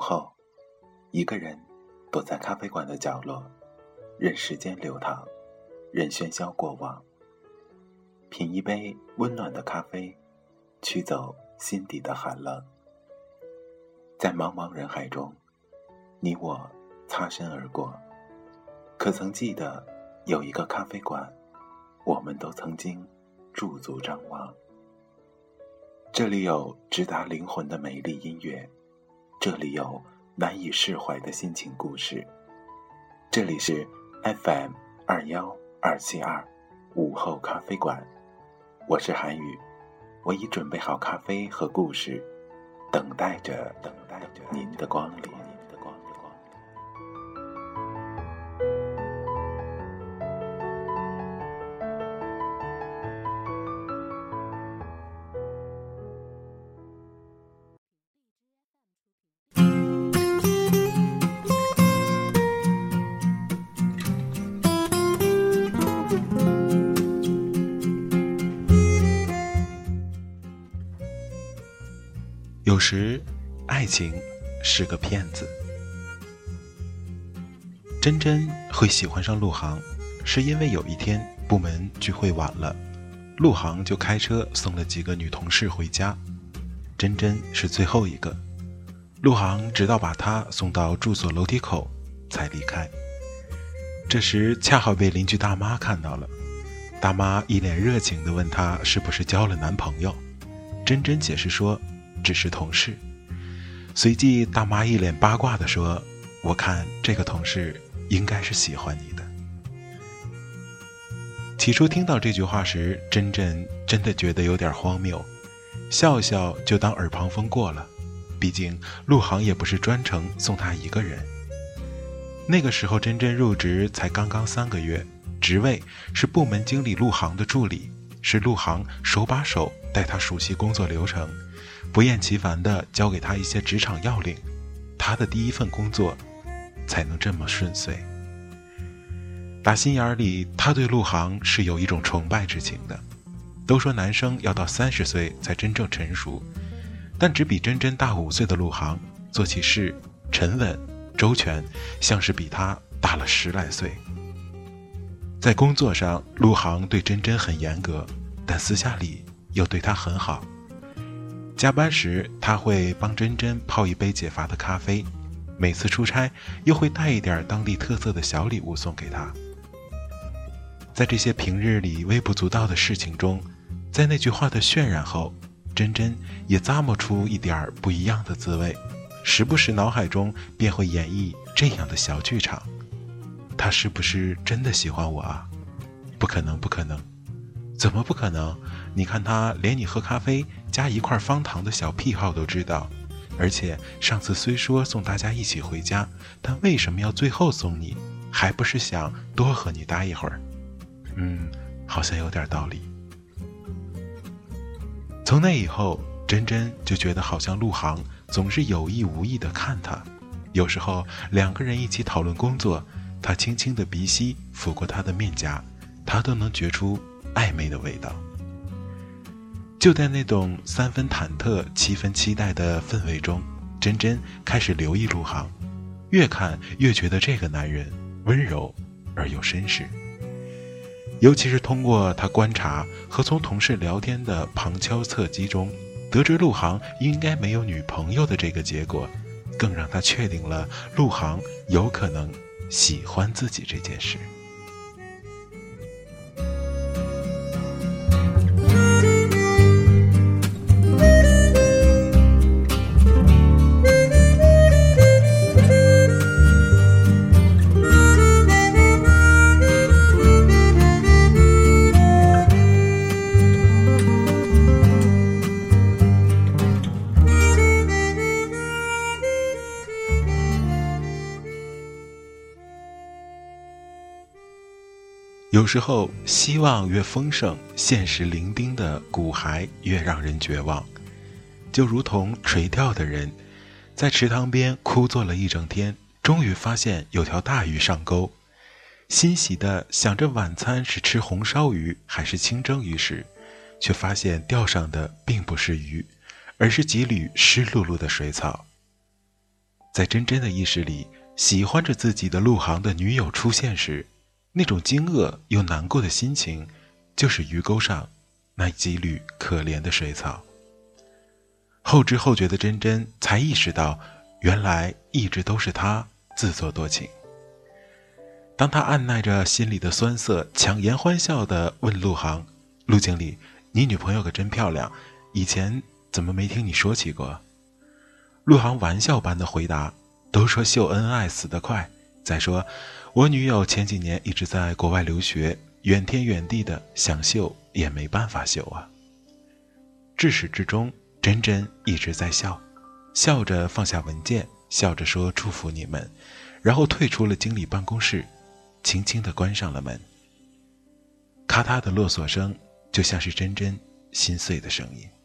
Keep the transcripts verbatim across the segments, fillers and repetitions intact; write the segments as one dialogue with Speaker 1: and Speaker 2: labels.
Speaker 1: 后，一个人躲在咖啡馆的角落，任时间流淌，任喧嚣过往，品一杯温暖的咖啡，驱走心底的寒冷。在茫茫人海中，你我擦身而过，可曾记得有一个咖啡馆，我们都曾经驻足张望。这里有直达灵魂的美丽音乐，这里有难以释怀的心情故事。这里是 F M 二一二七二 午后咖啡馆，我是韩宇，我已准备好咖啡和故事，等待着等待着您的光临。有时，爱情是个骗子。真真会喜欢上陆航，是因为有一天部门聚会晚了，陆航就开车送了几个女同事回家，真真是最后一个。陆航直到把她送到住所楼梯口才离开。这时恰好被邻居大妈看到了，大妈一脸热情地问她是不是交了男朋友，真真解释说只是同事。随即大妈一脸八卦地说，我看这个同事应该是喜欢你的。起初听到这句话时，真真真的觉得有点荒谬，笑笑就当耳旁风过了，毕竟陆航也不是专程送她一个人。那个时候真真入职才刚刚三个月，职位是部门经理陆航的助理，是陆航手把手带她熟悉工作流程，不厌其烦地教给他一些职场要领，他的第一份工作才能这么顺遂。打心眼里，他对陆航是有一种崇拜之情的。都说男生要到三十岁才真正成熟，但只比真真大五岁的陆航，做起事沉稳周全，像是比他大了十来岁。在工作上，陆航对真真很严格，但私下里又对他很好。加班时，他会帮真真泡一杯解乏的咖啡，每次出差又会带一点当地特色的小礼物送给她。在这些平日里微不足道的事情中，在那句话的渲染后，真真也咂摸出一点不一样的滋味，时不时脑海中便会演绎这样的小剧场。他是不是真的喜欢我啊？不可能不可能，怎么不可能？你看他连你喝咖啡加一块方糖的小癖好都知道，而且上次虽说送大家一起回家，但为什么要最后送你？还不是想多和你待一会儿？嗯，好像有点道理。从那以后，真真就觉得好像陆航总是有意无意地看她，有时候两个人一起讨论工作，他轻轻的鼻息拂过她的面颊，她都能觉出暧昧的味道。就在那种三分忐忑七分期待的氛围中，真真开始留意陆航，越看越觉得这个男人温柔而又绅士。尤其是通过他观察和从同事聊天的旁敲侧击中，得知陆航应该没有女朋友的这个结果，更让他确定了陆航有可能喜欢自己这件事。有时候希望越丰盛，现实伶仃的骨骸越让人绝望。就如同垂钓的人在池塘边枯坐了一整天，终于发现有条大鱼上钩，欣喜地想着晚餐是吃红烧鱼还是清蒸鱼时，却发现钓上的并不是鱼，而是几缕湿漉漉的水草。 在真真的意识里，喜欢着自己的陆航的女友出现时，那种惊愕又难过的心情，就是鱼钩上那几缕可怜的水草。后知后觉的真真才意识到，原来一直都是他自作多情。当他按耐着心里的酸涩，强颜欢笑地问陆航：“陆经理，你女朋友可真漂亮，以前怎么没听你说起过？”陆航玩笑般的回答：“都说秀恩爱死得快，再说我女友前几年一直在国外留学，远天远地的，想秀也没办法秀啊。”至始至终，真真一直在笑，笑着放下文件，笑着说祝福你们，然后退出了经理办公室，轻轻地关上了门。咔嗒的落锁声，就像是真真心碎的声音。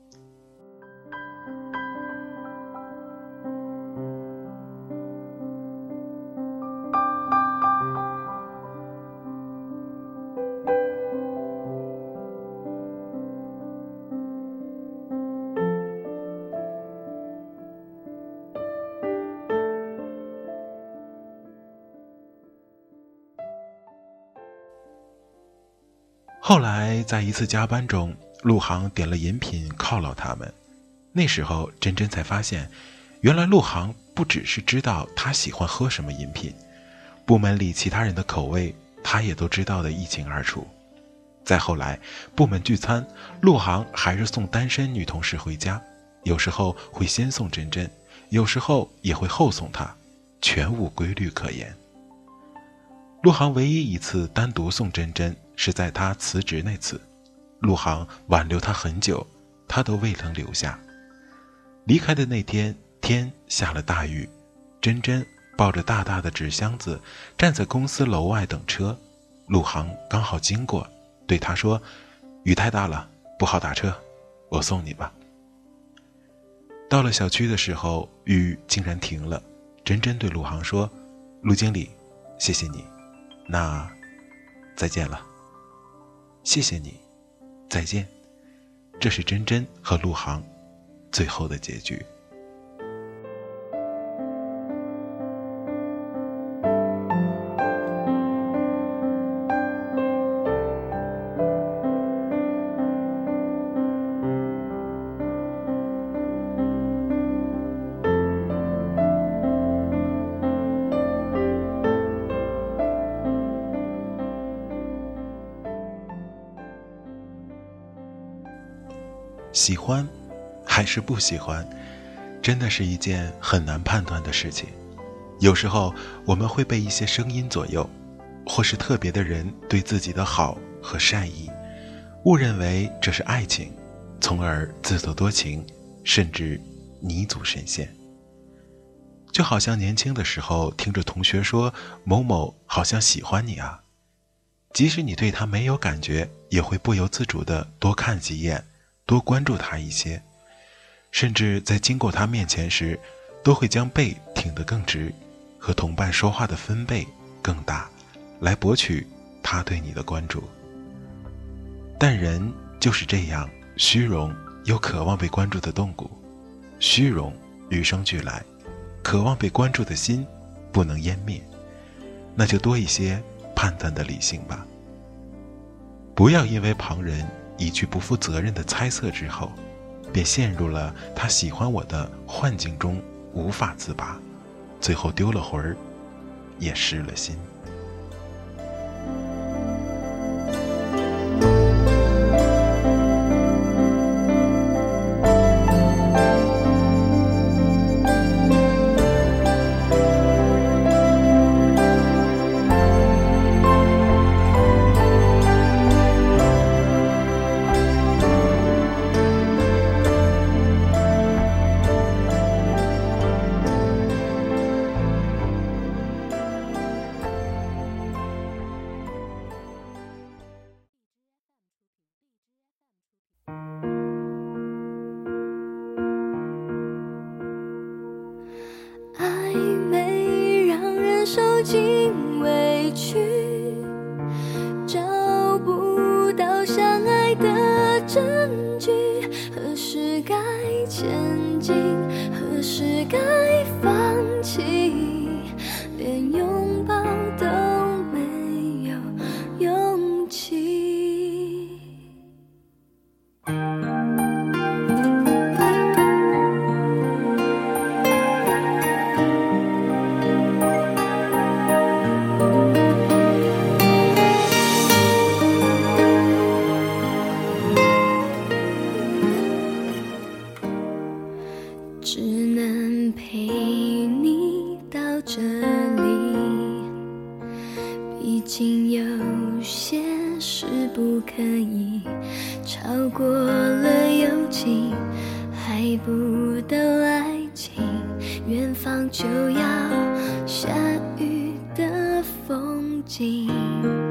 Speaker 1: 后来在一次加班中，陆航点了饮品犒劳他们。那时候真真才发现，原来陆航不只是知道他喜欢喝什么饮品，部门里其他人的口味他也都知道得一清二楚。再后来部门聚餐，陆航还是送单身女同事回家，有时候会先送真真，有时候也会后送她，全无规律可言。陆航唯一一次单独送真真，是在他辞职那次，陆航挽留他很久，他都未能留下。离开的那天，天下了大雨，真真抱着大大的纸箱子站在公司楼外等车，陆航刚好经过，对他说：“雨太大了，不好打车，我送你吧。”到了小区的时候，雨竟然停了，真真对陆航说：“陆经理，谢谢你，那再见了。”谢谢你，再见。这是真真和陆航最后的结局。喜欢还是不喜欢，真的是一件很难判断的事情。有时候我们会被一些声音左右，或是特别的人对自己的好和善意，误认为这是爱情，从而自作多情，甚至泥足深陷。就好像年轻的时候听着同学说某某好像喜欢你啊，即使你对他没有感觉，也会不由自主地多看几眼，多关注他一些，甚至在经过他面前时，都会将背挺得更直，和同伴说话的分贝更大，来博取他对你的关注。但人就是这样虚荣又渴望被关注的动物，虚荣与生俱来，渴望被关注的心不能湮灭，那就多一些判断的理性吧。不要因为旁人一句不负责任的猜测之后，便陷入了他喜欢我的幻境中无法自拔，最后丢了魂儿，也失了心。
Speaker 2: 受尽委屈，找不到相爱的证据，何时该前进，何时该放这里，毕竟有些事不可以超过了友情，还不到爱情，远方就要下雨的风景。